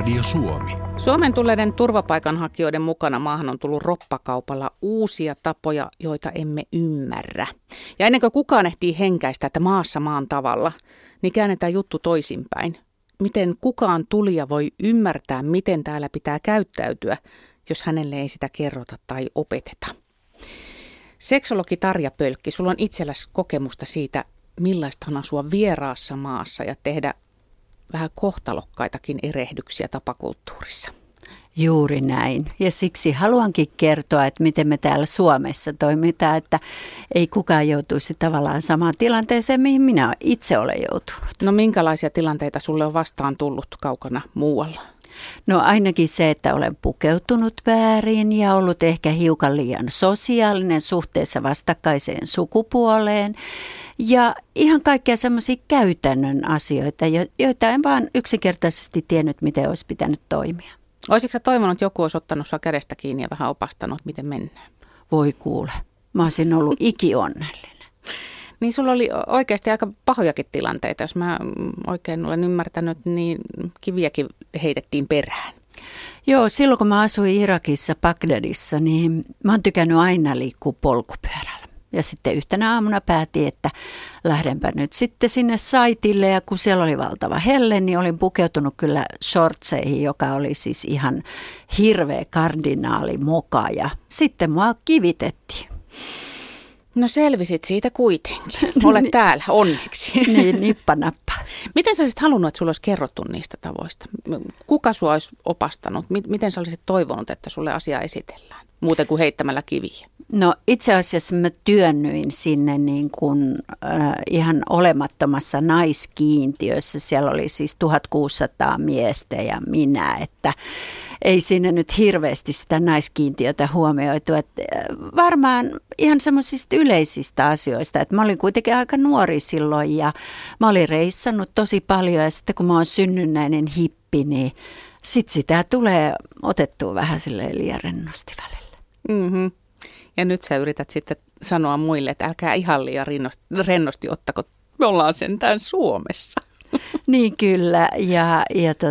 Radio Suomi. Suomen tulleiden turvapaikanhakijoiden mukana maahan on tullut roppakaupalla uusia tapoja, joita emme ymmärrä. Ja ennen kuin kukaan ehtii henkäistä, että maassa maan tavalla, niin käännetään juttu toisinpäin. Miten kukaan tulija voi ymmärtää, miten täällä pitää käyttäytyä, jos hänelle ei sitä kerrota tai opeteta. Seksologi Tarja Pölkki, sulla on itselläsi kokemusta siitä, millaista on asua vieraassa maassa ja tehdä vähän kohtalokkaitakin erehdyksiä tapakulttuurissa. Juuri näin. Ja siksi haluankin kertoa, että miten me täällä Suomessa toimitaan, että ei kukaan joutuisi tavallaan samaan tilanteeseen, mihin minä itse olen joutunut. No minkälaisia tilanteita sulle on vastaan tullut kaukana muualla? No ainakin se, että olen pukeutunut väärin ja ollut ehkä hiukan liian sosiaalinen suhteessa vastakkaiseen sukupuoleen. Ja ihan kaikkea semmoisia käytännön asioita, joita en vaan yksinkertaisesti tiennyt, miten olisi pitänyt toimia. Olisitko sä toivonut, että joku olisi ottanut sua kädestä kiinni ja vähän opastanut, miten mennään? Voi kuule, mä olisin ollut ikionnellinen. Niin sulla oli oikeasti aika pahojakin tilanteita, jos mä oikein olen ymmärtänyt, niin kiviäkin heitettiin perään. Joo, silloin kun mä asuin Irakissa, Bagdadissa, niin mä oon tykännyt aina liikkua polkupyörällä. Ja sitten yhtenä aamuna päätin, että lähdenpä nyt sitten sinne saitille ja kun siellä oli valtava helle, niin olin pukeutunut kyllä shortseihin, joka oli siis ihan hirveä kardinaalimoka ja sitten mua kivitettiin. No selvisit siitä kuitenkin. Olet täällä, onneksi. Niin, nippanappa. Miten sä olisit halunnut, että sulla olisi kerrottu niistä tavoista? Kuka sua olisi opastanut? Miten sä olisit toivonut, että sulle asia esitellään? Muuten kuin heittämällä kiviä. No itse asiassa mä työnnyin sinne niin kuin, ihan olemattomassa naiskiintiössä. Siellä oli siis 1600 miestä ja minä, että ei siinä nyt hirveästi sitä naiskiintiötä huomioitu. Että varmaan ihan semmoisista yleisistä asioista, että mä olin kuitenkin aika nuori silloin ja mä olin reissannut tosi paljon ja sitten kun mä oon synnynnäinen hippi, niin sitten sitä tulee otettua vähän silleen liian rennosti välillä. Mm-hmm. Ja nyt sä yrität sitten sanoa muille, että älkää ihan liian rennosti ottako, me ollaan sentään Suomessa. Niin kyllä, ja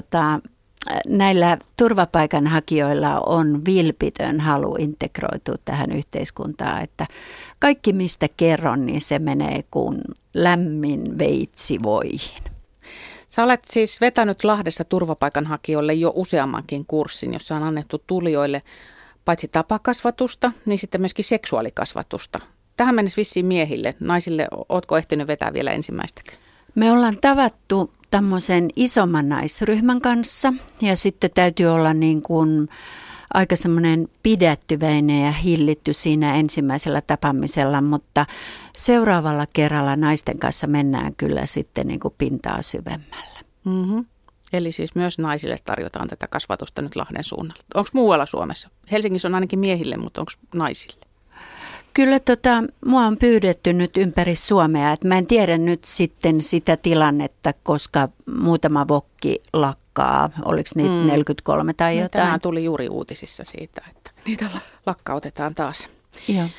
näillä turvapaikanhakijoilla on vilpitön halu integroitua tähän yhteiskuntaan, että kaikki mistä kerron, niin se menee kuin lämmin veitsi voihin. Sä olet siis vetänyt Lahdessa turvapaikanhakijoille jo useammankin kurssin, jossa on annettu tulijoille paitsi tapakasvatusta, niin sitten myöskin seksuaalikasvatusta. Tähän mennessä vissiin miehille. Naisille, ootko ehtinyt vetää vielä ensimmäistäkään? Me ollaan tavattu tämmöisen isomman naisryhmän kanssa ja sitten täytyy olla niin kuin aika semmoinen pidättyväinen ja hillitty siinä ensimmäisellä tapaamisella, mutta seuraavalla kerralla naisten kanssa mennään kyllä sitten niin kuin pintaa syvemmällä. Mm-hmm. Eli siis myös naisille tarjotaan tätä kasvatusta nyt Lahden suunnalla. Onko muualla Suomessa? Helsingissä on ainakin miehille, mutta onko naisille? Kyllä mua on pyydetty nyt ympäri Suomea, että mä en tiedä nyt sitten sitä tilannetta, koska muutama vokki lakkaa, oliko niitä 43 tai jotain. Tänään tuli juuri uutisissa siitä, että niitä lakkautetaan taas. Joo.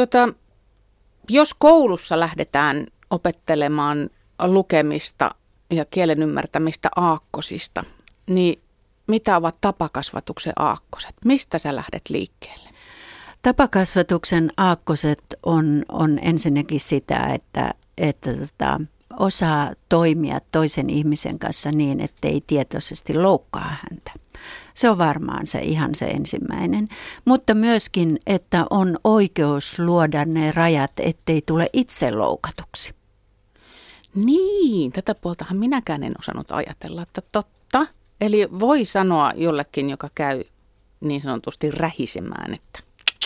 Jos koulussa lähdetään opettelemaan lukemista ja kielen ymmärtämistä aakkosista, niin mitä ovat tapakasvatuksen aakkoset? Mistä sä lähdet liikkeelle? Tapakasvatuksen aakkoset on ensinnäkin sitä, että osaa toimia toisen ihmisen kanssa niin, ettei tietoisesti loukkaa häntä. Se on varmaan se ensimmäinen, mutta myöskin, että on oikeus luoda ne rajat, ettei tule itse loukatuksi. Niin, tätä puoltahan minäkään en osannut ajatella, että totta. Eli voi sanoa jollekin, joka käy niin sanotusti rähisemään, että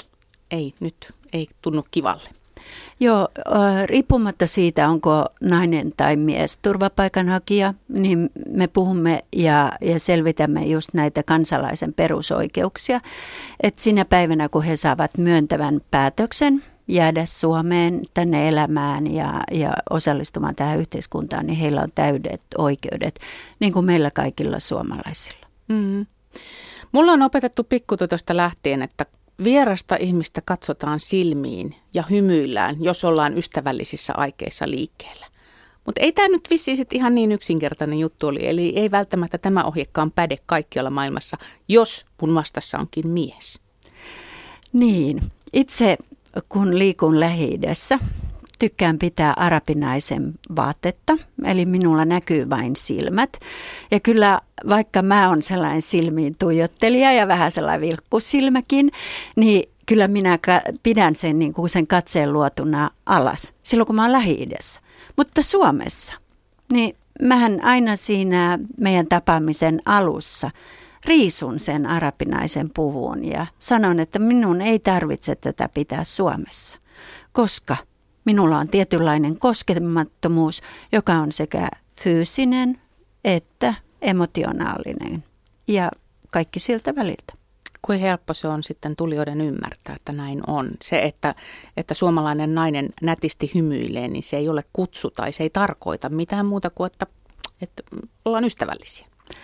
ei tunnu kivalle. Joo, riippumatta siitä, onko nainen tai mies turvapaikanhakija, niin me puhumme ja selvitämme just näitä kansalaisen perusoikeuksia. Että sinä päivänä, kun he saavat myöntävän päätöksen jäädä Suomeen tänne elämään ja osallistumaan tähän yhteiskuntaan, niin heillä on täydet oikeudet, niin kuin meillä kaikilla suomalaisilla. Mm. Mulla on opetettu pikkutytöstä lähtien, että vierasta ihmistä katsotaan silmiin ja hymyillään, jos ollaan ystävällisissä aikeissa liikkeellä. Mutta ei tämä nyt vissiin sit ihan niin yksinkertainen juttu oli. Eli ei välttämättä tämä ohjekaan päde kaikkialla maailmassa, jos mun vastassa onkin mies. Niin, itse kun liikun Lähi-idässä, tykkään pitää arabinaisen vaatetta, eli minulla näkyy vain silmät. Ja kyllä vaikka mä oon sellainen silmiin tuijottelija ja vähän sellainen vilkkusilmäkin, niin kyllä minä pidän sen, niin kuin sen katseen luotuna alas silloin kun mä oon Lähi-idässä. Mutta Suomessa, niin mähän aina siinä meidän tapaamisen alussa riisun sen arabinaisen puvun ja sanon, että minun ei tarvitse tätä pitää Suomessa, koska minulla on tietynlainen koskemattomuus, joka on sekä fyysinen että emotionaalinen ja kaikki siltä väliltä. Kuinka helppo se on sitten tulijoiden ymmärtää, että näin on. Se, että suomalainen nainen nätisti hymyilee, niin se ei ole kutsu tai se ei tarkoita mitään muuta kuin, että ollaan ystävällisiä.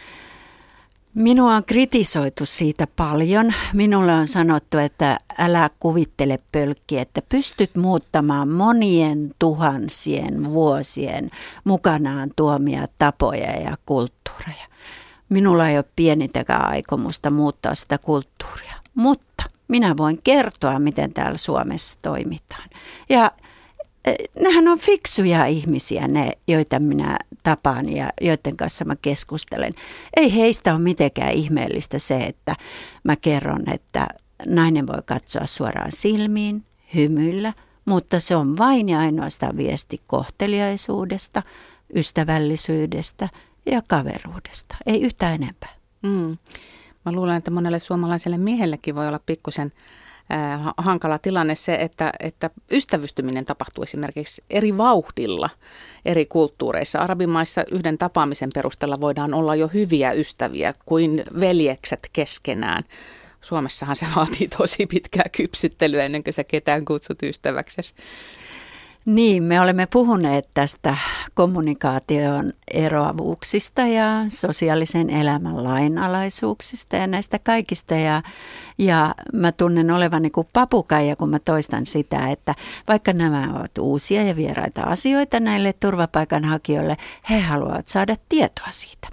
Minua on kritisoitu siitä paljon. Minulle on sanottu, että älä kuvittele pölkkiä, että pystyt muuttamaan monien tuhansien vuosien mukanaan tuomia tapoja ja kulttuureja. Minulla ei ole pienintäkään aikomusta muuttaa sitä kulttuuria, mutta minä voin kertoa, miten täällä Suomessa toimitaan. Ja nehän on fiksuja ihmisiä, ne, joita minä tapaan ja joiden kanssa mä keskustelen. Ei heistä ole mitenkään ihmeellistä se, että mä kerron, että nainen voi katsoa suoraan silmiin, hymyillä, mutta se on vain ja ainoastaan viesti kohteliaisuudesta, ystävällisyydestä ja kaveruudesta. Ei yhtään enempää. Mä luulen, että monelle suomalaiselle miehellekin voi olla pikkusen hankala tilanne se, että ystävystyminen tapahtuu esimerkiksi eri vauhdilla eri kulttuureissa. Arabimaissa yhden tapaamisen perusteella voidaan olla jo hyviä ystäviä kuin veljekset keskenään. Suomessahan se vaatii tosi pitkää kypsyttelyä ennen kuin sä ketään kutsut ystäväksesi. Niin, me olemme puhuneet tästä kommunikaation eroavuuksista ja sosiaalisen elämän lainalaisuuksista ja näistä kaikista. Ja mä tunnen olevani kuin papukaija, kun mä toistan sitä, että vaikka nämä ovat uusia ja vieraita asioita näille turvapaikanhakijoille, he haluavat saada tietoa siitä.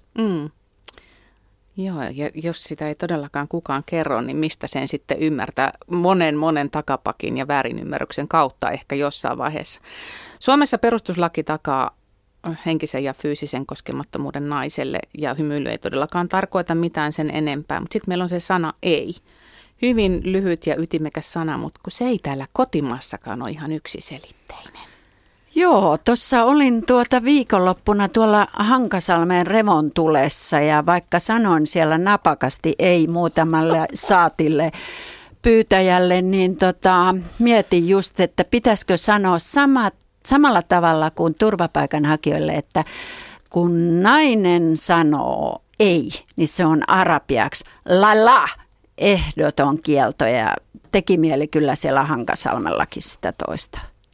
Joo, ja jos sitä ei todellakaan kukaan kerro, niin mistä sen sitten ymmärtää monen takapakin ja väärinymmärryksen kautta ehkä jossain vaiheessa. Suomessa perustuslaki takaa henkisen ja fyysisen koskemattomuuden naiselle ja hymyily ei todellakaan tarkoita mitään sen enempää, mutta sitten meillä on se sana ei. Hyvin lyhyt ja ytimekäs sana, mutta kun se ei täällä kotimaassakaan ole ihan yksiselitteinen. Joo, tuossa olin viikonloppuna tuolla Hankasalmen revontulessa ja vaikka sanoin siellä napakasti ei muutamalle saatille pyytäjälle, niin mietin just, että pitäisikö sanoa samalla tavalla kuin turvapaikanhakijoille, että kun nainen sanoo ei, niin se on arabiaksi la, ehdoton kielto ja teki mieli kyllä siellä Hankasalmellakin sitä toista.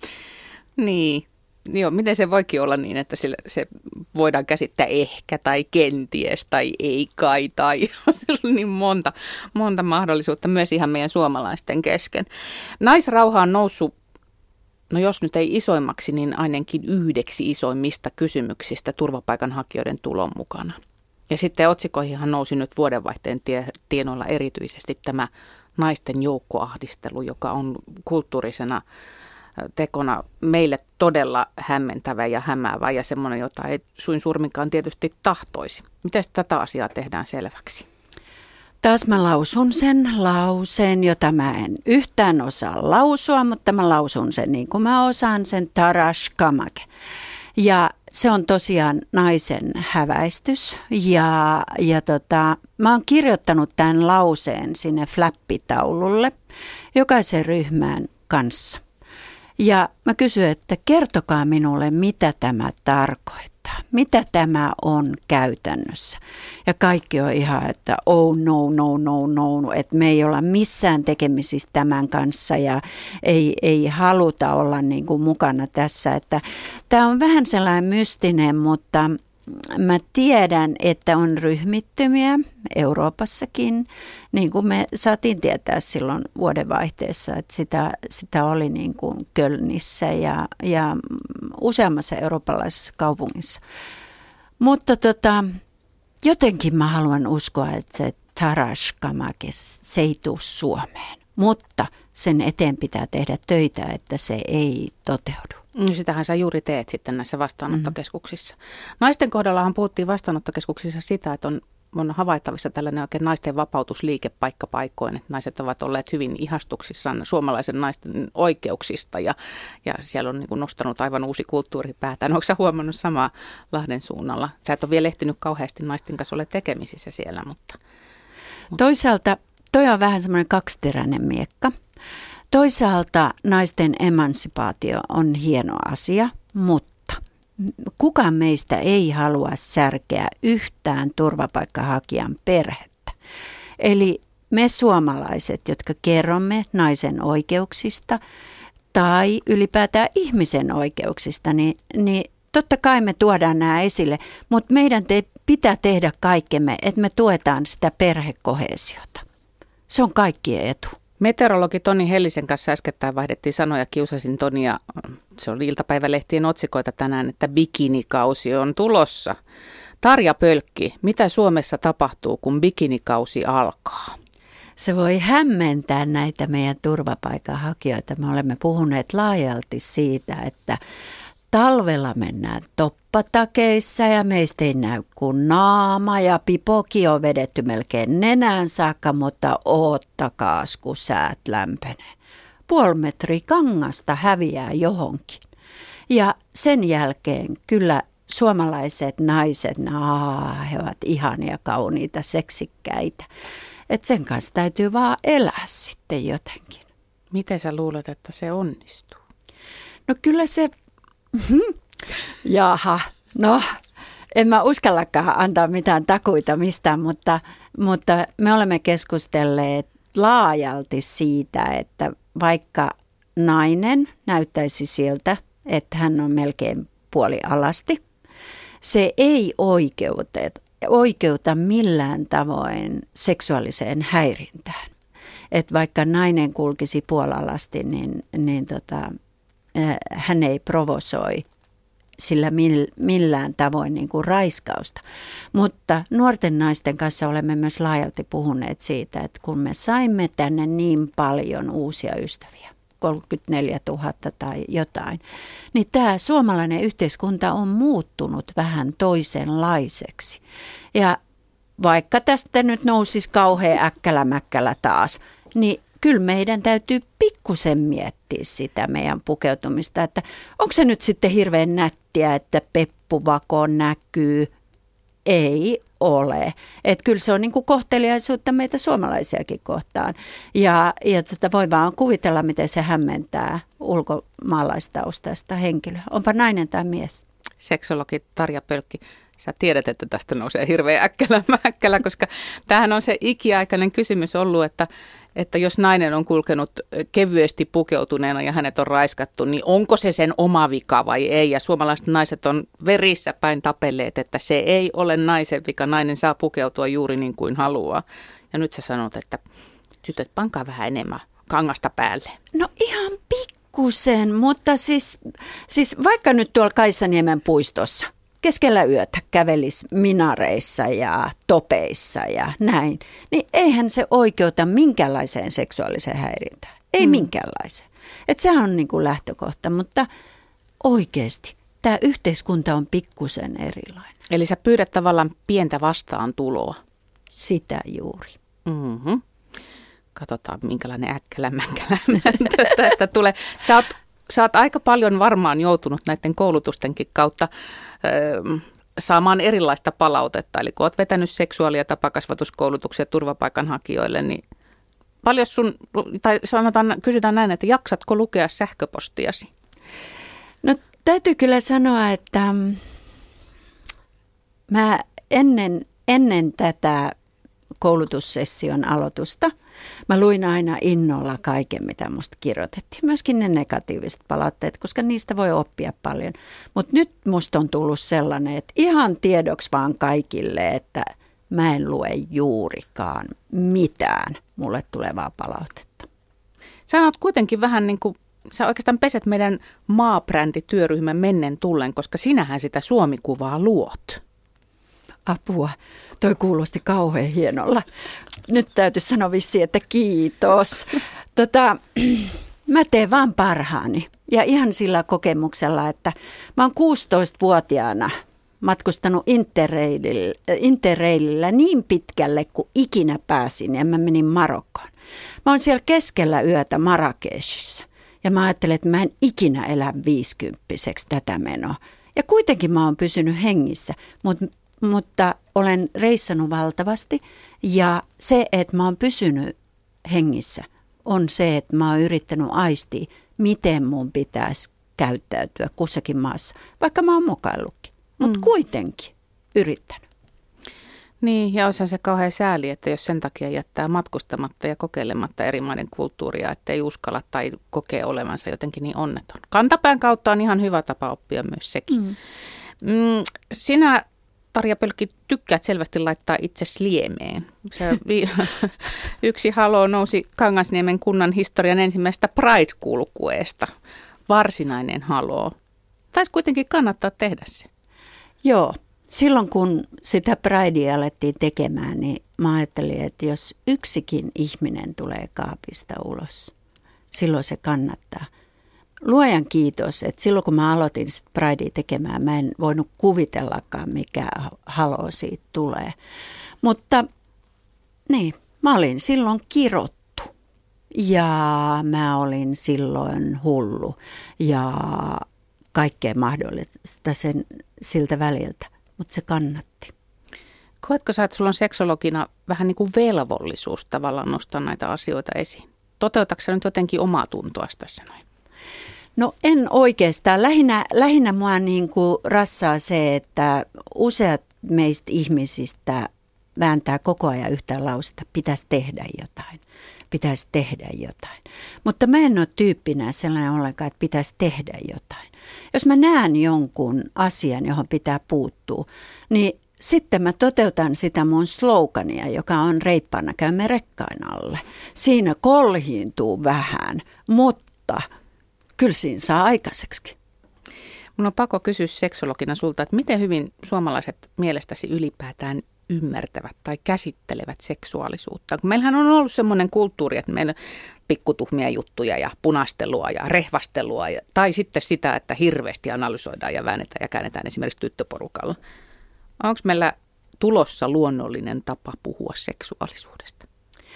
niin. Joo, miten se voikin olla niin, että se voidaan käsittää ehkä tai kenties tai ei kai tai on niin monta mahdollisuutta myös ihan meidän suomalaisten kesken. Naisrauha on noussut, no jos nyt ei isoimmaksi, niin ainakin yhdeksi isoimmista kysymyksistä turvapaikanhakijoiden tulon mukana. Ja sitten otsikoihinhan nousi nyt vuodenvaihteen tienoilla erityisesti tämä naisten joukkoahdistelu, joka on kulttuurisena tekona meille todella hämmentävä ja hämäävä ja semmoinen, jota ei suin surminkaan tietysti tahtoisi. Miten tätä asiaa tehdään selväksi? Taas mä lausun sen lauseen, jota mä en yhtään osaa lausua, mutta mä lausun sen niin kuin mä osaan sen Tarash Kamake. Ja se on tosiaan naisen häväistys ja mä oon kirjoittanut tämän lauseen sinne flappitaululle jokaisen ryhmän kanssa. Ja mä kysyin, että kertokaa minulle, mitä tämä tarkoittaa, mitä tämä on käytännössä. Ja kaikki on ihan, että oh no, että me ei olla missään tekemisissä tämän kanssa ja ei haluta olla niin kuin mukana tässä. Että tämä on vähän sellainen mystinen, mutta mä tiedän, että on ryhmittymiä Euroopassakin, niin kuin me saatiin tietää silloin vuodenvaihteessa, että sitä oli niin kuin Kölnissä ja useammassa eurooppalaisessa kaupungissa. Mutta jotenkin mä haluan uskoa, että se Taraskamake, se ei tule Suomeen, mutta sen eteen pitää tehdä töitä, että se ei toteudu. Sitähän sä juuri teet sitten näissä vastaanottokeskuksissa. Naisten kohdallahan puhuttiin vastaanottokeskuksissa sitä, että on havaittavissa tällainen oikein naisten vapautusliike paikkapaikoin. Että naiset ovat olleet hyvin ihastuksissaan suomalaisen naisten oikeuksista ja siellä on niin kuin nostanut aivan uusi kulttuuri päätään. Onko sä huomannut samaa Lahden suunnalla? Sä et ole vielä ehtinyt kauheasti naisten kanssa ole tekemisissä siellä, mutta. Toisaalta toi on vähän semmoinen kaksiteräinen miekka. Toisaalta naisten emansipaatio on hieno asia, mutta kukaan meistä ei halua särkeä yhtään turvapaikkahakijan perhettä. Eli me suomalaiset, jotka kerromme naisen oikeuksista tai ylipäätään ihmisen oikeuksista, niin totta kai me tuodaan nämä esille, mutta meidän pitää tehdä kaikkemme, että me tuetaan sitä perhekoheesiota. Se on kaikkien etu. Meteorologi Toni Hellisen kanssa äskettäin vaihdettiin sanoja, kiusasin Tonia, se oli iltapäivälehtien otsikoita tänään, että bikinikausi on tulossa. Tarja Pölkki, mitä Suomessa tapahtuu, kun bikinikausi alkaa? Se voi hämmentää näitä meidän turvapaikanhakijoita. Me olemme puhuneet laajalti siitä, että talvella mennään toppatakeissa ja meistä ei näy kuin naama ja pipokin on vedetty melkein nenään saakka, mutta oottakaas kun säät lämpenee. 0,5 metriä kangasta häviää johonkin. Ja sen jälkeen kyllä suomalaiset naiset, he ovat ihania, kauniita, seksikkäitä. Että sen kanssa täytyy vaan elää sitten jotenkin. Miten sä luulet, että se onnistuu? No kyllä se. Jaha, no en mä uskallakaan antaa mitään takuita mistään, mutta me olemme keskustelleet laajalti siitä, että vaikka nainen näyttäisi siltä, että hän on melkein puolialasti, se ei oikeuta millään tavoin seksuaaliseen häirintään. Että vaikka nainen kulkisi puolialasti, niin hän ei provosoi sillä millään tavoin niin kuin raiskausta. Mutta nuorten naisten kanssa olemme myös laajalti puhuneet siitä, että kun me saimme tänne niin paljon uusia ystäviä, 34 000 tai jotain, niin tämä suomalainen yhteiskunta on muuttunut vähän toisenlaiseksi. Ja vaikka tästä nyt nousisi kauhean äkkälämäkkälä taas, niin kyllä meidän täytyy pikkusen miettiä sitä meidän pukeutumista, että onko se nyt sitten hirveän nättiä, että peppuvako näkyy? Ei ole. Että kyllä se on niin kuin kohteliaisuutta meitä suomalaisiakin kohtaan. Ja voi vaan kuvitella, miten se hämmentää ulkomaalaistaustaista henkilöä. Onpa nainen tai mies. Seksologi Tarja Pölkki, sä tiedät, että tästä nousee hirveä äkkälä, koska tämähän on se ikiaikainen kysymys ollut, että jos nainen on kulkenut kevyesti pukeutuneena ja hänet on raiskattu, niin onko se sen oma vika vai ei? Ja suomalaiset naiset on verissä päin tapelleet, että se ei ole naisen vika. Nainen saa pukeutua juuri niin kuin haluaa. Ja nyt sä sanot, että tytöt, pankaa vähän enemmän kangasta päälle. No ihan pikkusen, mutta siis vaikka nyt tuolla Kaissaniemen puistossa keskellä yötä kävelisi minareissa ja topeissa ja näin, niin eihän se oikeuta minkäänlaiseen seksuaaliseen häirintään. Ei minkäänlaiseen. Että sehän on niin kuin lähtökohta, mutta oikeasti tämä yhteiskunta on pikkusen erilainen. Eli sä pyydät tavallaan pientä vastaantuloa. Sitä juuri. Mm-hmm. Katsotaan, minkälainen äkkälämänkälä tästä tulee. Sä oot aika paljon varmaan joutunut näiden koulutustenkin kautta saamaan erilaista palautetta. Eli kun oot vetänyt seksuaali- ja tapakasvatuskoulutuksia turvapaikanhakijoille, niin paljon kysytään näin, että jaksatko lukea sähköpostiasi? No täytyy kyllä sanoa, että mä ennen tätä koulutussession aloitusta Mä luin aina innolla kaiken, mitä musta kirjoitettiin. Myöskin ne negatiiviset palautteet, koska niistä voi oppia paljon. Mutta nyt musta on tullut sellainen, että ihan tiedoksi vaan kaikille, että mä en lue juurikaan mitään mulle tulevaa palautetta. Sä oot kuitenkin vähän niin kuin, sä oikeastaan peset meidän maabrändityöryhmän mennen tullen, koska sinähän sitä Suomi-kuvaa luot. Apua, toi kuulosti kauhean hienolla. Nyt täytyy sanoa vissiin, että kiitos. Mä teen vaan parhaani ja ihan sillä kokemuksella, että mä oon 16-vuotiaana matkustanut Interrailillä niin pitkälle kuin ikinä pääsin ja mä menin Marokkoon. Mä oon siellä keskellä yötä Marrakeshissa ja mä ajattelen, että mä en ikinä elä 50-vuotiaaksi tätä menoa. Ja kuitenkin mä oon pysynyt hengissä, mutta olen reissannut valtavasti ja se, että mä oon pysynyt hengissä, on se, että mä oon yrittänyt aistia, miten mun pitäisi käyttäytyä kussakin maassa, vaikka mä oon mokaillutkin, mutta kuitenkin yrittänyt. Niin, ja olisihan se kauhean sääli, että jos sen takia jättää matkustamatta ja kokeilematta eri maiden kulttuuria, että ei uskalla tai kokee olevansa jotenkin niin onneton. Kantapään kautta on ihan hyvä tapa oppia myös sekin. Sinä, Tarja Pölkki, tykkäät selvästi laittaa itsesi liemeen. Yksi halo nousi Kangasniemen kunnan historian ensimmäisestä Pride-kulkueesta. Varsinainen halo. Taisi kuitenkin kannattaa tehdä se. Joo. Silloin kun sitä Pridea alettiin tekemään, niin mä ajattelin, että jos yksikin ihminen tulee kaapista ulos, silloin se kannattaa. Luojan kiitos, että silloin kun mä aloitin sitä Pridea tekemään, mä en voinut kuvitellakaan, mikä halo siitä tulee. Mutta niin, mä olin silloin kirottu ja mä olin silloin hullu ja kaikkea mahdollista siltä väliltä. Mutta se kannatti. Koetko sä, että sulla on seksologina vähän niin kuin velvollisuus tavallaan nostaa näitä asioita esiin? Toteutatko sä nyt jotenkin omaa tuntoa tässä noin? No en oikeastaan. Lähinnä mua niin kuin rassaa se, että useat meistä ihmisistä vääntää koko ajan yhtä lausetta. Pitäisi tehdä jotain. Pitäisi tehdä jotain. Mutta mä en ole tyyppinä sellainen ollenkaan, että pitäisi tehdä jotain. Jos mä näen jonkun asian, johon pitää puuttua, niin sitten mä toteutan sitä mun slogania, joka on reippaana käymme rekkain alle. Siinä kolhiintuu vähän, mutta kyllä siinä saa aikaiseksi. Mun on pakko kysyä seksologina sulta, että miten hyvin suomalaiset mielestäsi ylipäätään ymmärtävät tai käsittelevät seksuaalisuutta. Meillähän on ollut semmoinen kulttuuri, että meillä on pikkutuhmia juttuja ja punastelua ja rehvastelua tai sitten sitä, että hirveästi analysoidaan ja väännetään ja käännetään esimerkiksi tyttöporukalla. Onko meillä tulossa luonnollinen tapa puhua seksuaalisuudesta?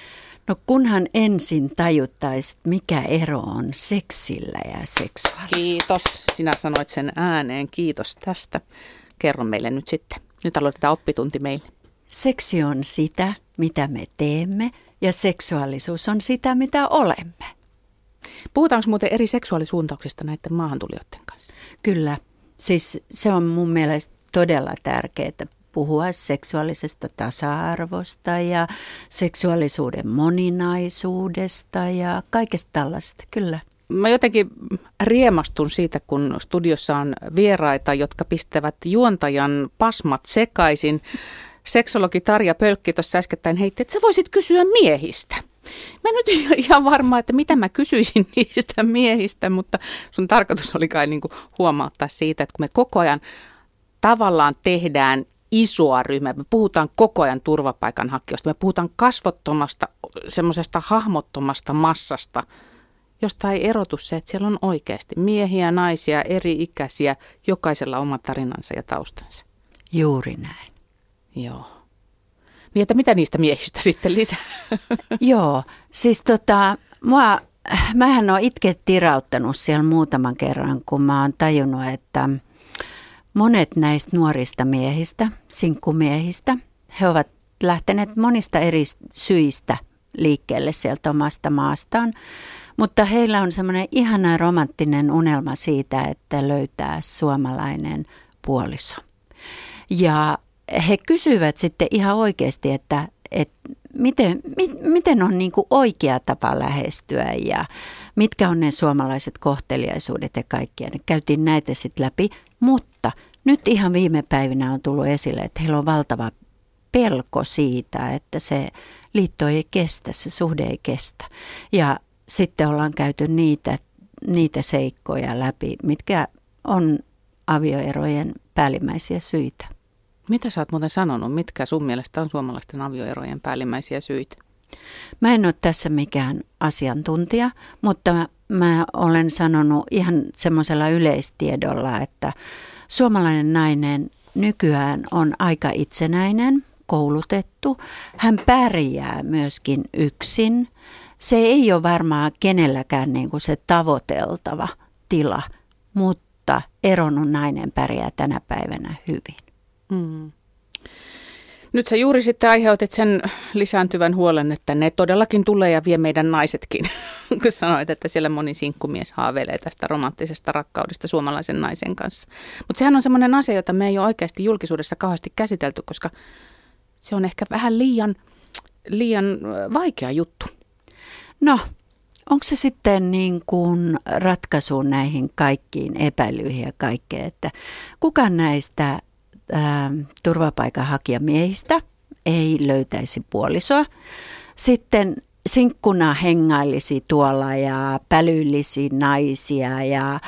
No kunhan ensin tajuttaisiin, mikä ero on seksillä ja seksuaalisuudella. Kiitos. Sinä sanoit sen ääneen. Kiitos tästä. Kerro meille nyt sitten. Nyt aloitetaan oppitunti meille. Seksi on sitä, mitä me teemme, ja seksuaalisuus on sitä, mitä olemme. Puhutaanko muuten eri seksuaalisuuntauksista näiden maahantulijoiden kanssa? Kyllä. Siis se on mun mielestä todella tärkeää puhua seksuaalisesta tasa-arvosta ja seksuaalisuuden moninaisuudesta ja kaikesta tällaista. Kyllä. Mä jotenkin riemastun siitä, kun studiossa on vieraita, jotka pistävät juontajan pasmat sekaisin. Seksologi Tarja Pölkki tuossa äskettäin heitti, että sä voisit kysyä miehistä. Mä en nyt ihan varma, että mitä mä kysyisin niistä miehistä, mutta sun tarkoitus oli kai niin kuin huomauttaa siitä, että kun me koko ajan tavallaan tehdään isoa ryhmää, me puhutaan koko ajan turvapaikanhakijoista, me puhutaan kasvottomasta, semmoisesta hahmottomasta massasta, josta ei erotu se, että siellä on oikeasti miehiä, naisia, eri ikäisiä, jokaisella oma tarinansa ja taustansa. Juuri näin. Joo. Niin, että mitä niistä miehistä sitten lisää? Joo, siis mähän olen itse tirauttanut siellä muutaman kerran, kun mä oon tajunnut, että monet näistä nuorista miehistä, sinkkumiehistä, he ovat lähteneet monista eri syistä liikkeelle sieltä omasta maastaan, mutta heillä on semmoinen ihana romanttinen unelma siitä, että löytää suomalainen puoliso. Ja he kysyvät sitten ihan oikeasti, että miten on niin kuin oikea tapa lähestyä ja mitkä on ne suomalaiset kohteliaisuudet ja kaikkia. Ne käytiin näitä sitten läpi, mutta nyt ihan viime päivinä on tullut esille, että heillä on valtava pelko siitä, että se liitto ei kestä, se suhde ei kestä. Ja sitten ollaan käyty niitä seikkoja läpi, mitkä on avioerojen päällimmäisiä syitä. Mitä sä oot muuten sanonut? Mitkä sun mielestä on suomalaisten avioerojen päällimmäisiä syitä? Mä en ole tässä mikään asiantuntija, mutta mä olen sanonut ihan semmoisella yleistiedolla, että suomalainen nainen nykyään on aika itsenäinen, koulutettu. Hän pärjää myöskin yksin. Se ei ole varmaan kenelläkään niin kuin se tavoiteltava tila, mutta eronnut nainen pärjää tänä päivänä hyvin. Mm. Nyt sä juuri sitten aiheutit sen lisääntyvän huolen, että ne todellakin tulee ja vie meidän naisetkin, kun sanoit, että siellä moni sinkkumies haaveilee tästä romanttisesta rakkaudesta suomalaisen naisen kanssa. Mutta sehän on semmoinen asia, jota me ei ole oikeasti julkisuudessa kauheasti käsitelty, koska se on ehkä vähän liian vaikea juttu. No, onko se sitten niin kuin ratkaisu näihin kaikkiin epäilyihin ja kaikkeen, että kukaan näistä turvapaikanhakijamiehistä ei löytäisi puolisoa. Sitten sinkkuna hengailisi tuolla ja pälyillisi naisia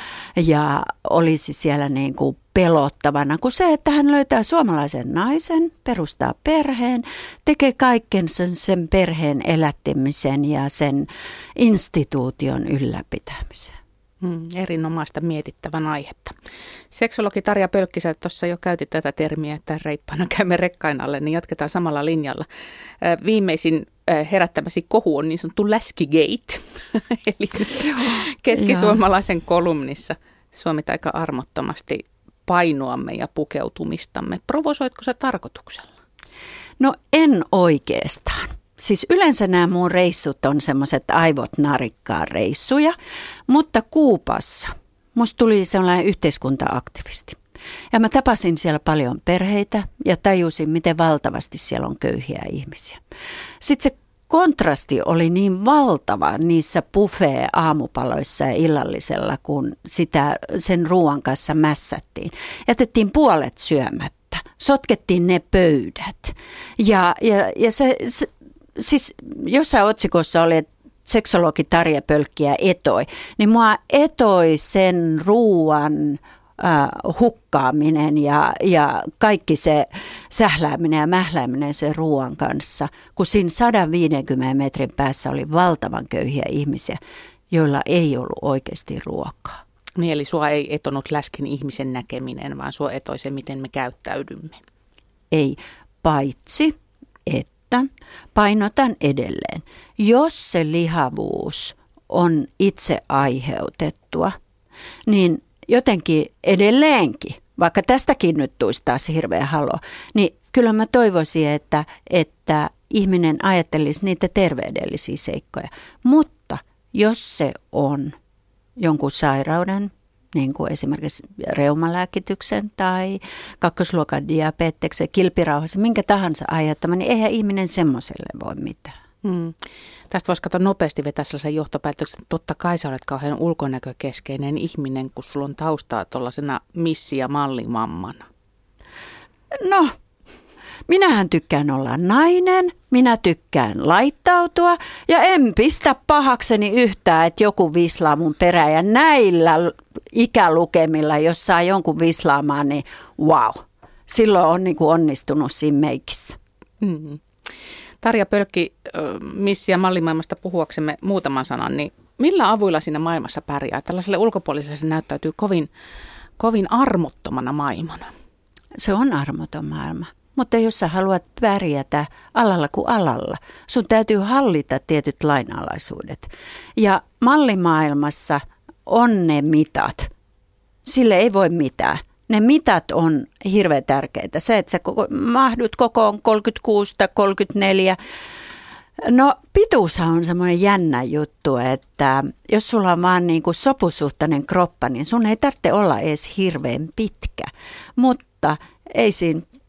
ja olisi siellä niin kuin pelottavana kuin se, että hän löytää suomalaisen naisen, perustaa perheen, tekee kaikkensa sen perheen elättämisen ja sen instituution ylläpitämisen. Erinomaista mietittävän aihetta. Seksologi Tarja Pölkkisä tuossa jo käytit tätä termiä, että reippaana käymme rekkain alle, niin jatketaan samalla linjalla. Viimeisin herättämäsi kohu on niin sanottu läskigate, eli keskisuomalaisen kolumnissa Suomi aika armottomasti painoamme ja pukeutumistamme. Provosoitko sä tarkoituksella? No en oikeastaan. Siis yleensä nämä mun reissut on semmoiset aivot narikkaa reissuja, mutta Kuubassa musta tuli sellainen yhteiskunta-aktivisti. Ja mä tapasin siellä paljon perheitä ja tajusin, miten valtavasti siellä on köyhiä ihmisiä. Sitten se kontrasti oli niin valtava niissä buffet-aamupaloissa ja illallisella, kun sen ruoan kanssa mässättiin. Jätettiin puolet syömättä, sotkettiin ne pöydät ja se siis jossain otsikossa oli, että seksologi Tarja Pölkkiä etoi, niin mua etoi sen ruuan hukkaaminen ja kaikki se sählääminen ja mählääminen sen ruuan kanssa, kun siinä 150 metrin päässä oli valtavan köyhiä ihmisiä, joilla ei ollut oikeasti ruokaa. Niin, eli sua ei etonut läskin ihmisen näkeminen, vaan sua etoi se, miten me käyttäydymme. Ei, paitsi että painotan edelleen, jos se lihavuus on itse aiheutettua, niin jotenkin edelleenkin, vaikka tästäkin nyt tulisi taas hirveä halo, niin kyllä mä toivoisin, että ihminen ajattelisi niitä terveydellisiä seikkoja. Mutta jos se on jonkun sairauden, niin kuin esimerkiksi reumalääkityksen tai kakkosluokan diabeteksen, kilpirauhassa, minkä tahansa aiheuttama, niin eihän ihminen semmoiselle voi mitään. Tästä voisi katsoa nopeasti vetää sellaisen johtopäätöksen, että totta kai sä olet kauhean ulkonäkökeskeinen ihminen, kun sulla on taustaa tuollaisena missi- ja mallimammana. No, minähän tykkään olla nainen, minä tykkään laittautua ja en pistä pahakseni yhtään, että joku vislaa mun perään. Ja näillä ikälukemilla, jos saa jonkun vislaamaan, niin wow, silloin on niin kuin onnistunut siinä meikissä. Tarja Pölkki, missi- ja mallimaailmasta puhuaksemme muutaman sanan, niin millä avuilla siinä maailmassa pärjää? Tällaiselle ulkopuoliselle se näyttäytyy kovin armottomana maailmana. Se on armoton maailma. Mutta jos sä haluat pärjätä alalla kuin alalla, sun täytyy hallita tietyt lainalaisuudet. Ja mallimaailmassa on ne mitat. Sille ei voi mitään. Ne mitat on hirveän tärkeitä. Se, että sä mahdut kokoon 36 tai 34. No pituushan on semmoinen jännä juttu, että jos sulla on vaan niin kuin sopusuhtainen kroppa, niin sun ei tarvitse olla edes hirveän pitkä. Mutta ei siinä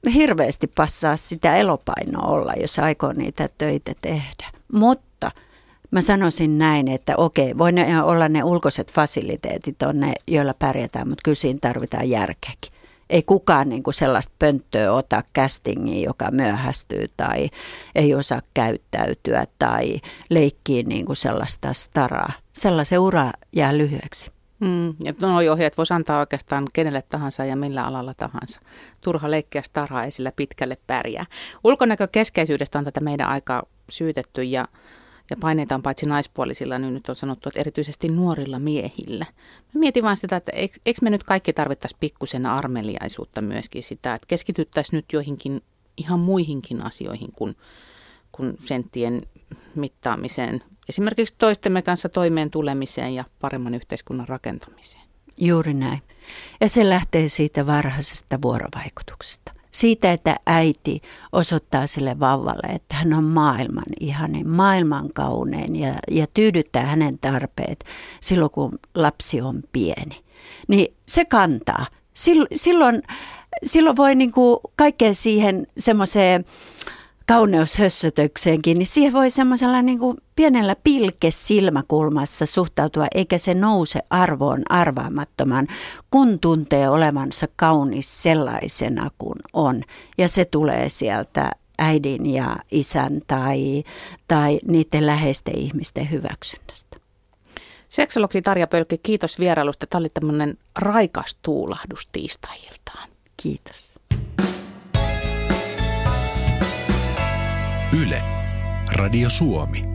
hirveästi passaa sitä elopainoa olla, jos aikoo niitä töitä tehdä. Mutta mä sanoisin näin, että okei, voi ne olla ne ulkoiset fasiliteetit on ne, joilla pärjätään, mutta kyllä siinä tarvitaan järkeäkin. Ei kukaan niin kuin sellaista pönttöä ota castingiin, joka myöhästyy tai ei osaa käyttäytyä tai leikkii niin kuin sellaista staraa. Sellaisen ura jää lyhyeksi. Ja nuo ohjeet voisi antaa oikeastaan kenelle tahansa ja millä alalla tahansa. Turha leikkiä staraa, ei sillä pitkälle pärjää. Ulkonäkökeskeisyydestä on tätä meidän aikaa syytetty ja paineita on paitsi naispuolisilla, niin nyt on sanottu, että erityisesti nuorilla miehillä. Mä mietin vaan sitä, että eikö me nyt kaikki tarvittaisi pikkusen armeliaisuutta myöskin sitä, että keskityttäisiin nyt joihinkin ihan muihinkin asioihin kuin senttien mittaamiseen. Esimerkiksi toistemme kanssa toimeen tulemiseen ja paremman yhteiskunnan rakentamiseen. Juuri näin. Ja se lähtee siitä varhaisesta vuorovaikutuksesta. Siitä, että äiti osoittaa sille vauvalle, että hän on maailman ihanin, maailman kaunein ja tyydyttää hänen tarpeet silloin, kun lapsi on pieni. Niin se kantaa. Silloin voi niinku kaikkeen siihen semmoiseen kauneushössötökseenkin, niin siihen voi semmoisella niinku pienellä pilkesilmäkulmassa suhtautua, eikä se nouse arvoon arvaamattoman, kun tuntee olevansa kaunis sellaisena kuin on. Ja se tulee sieltä äidin ja isän tai niiden läheisten ihmisten hyväksynnästä. Seksologi Tarja Pölkki, kiitos vierailusta. Tämä oli tämmöinen raikas tuulahdus tiistai-iltaan. Kiitos. Yle, Radio Suomi.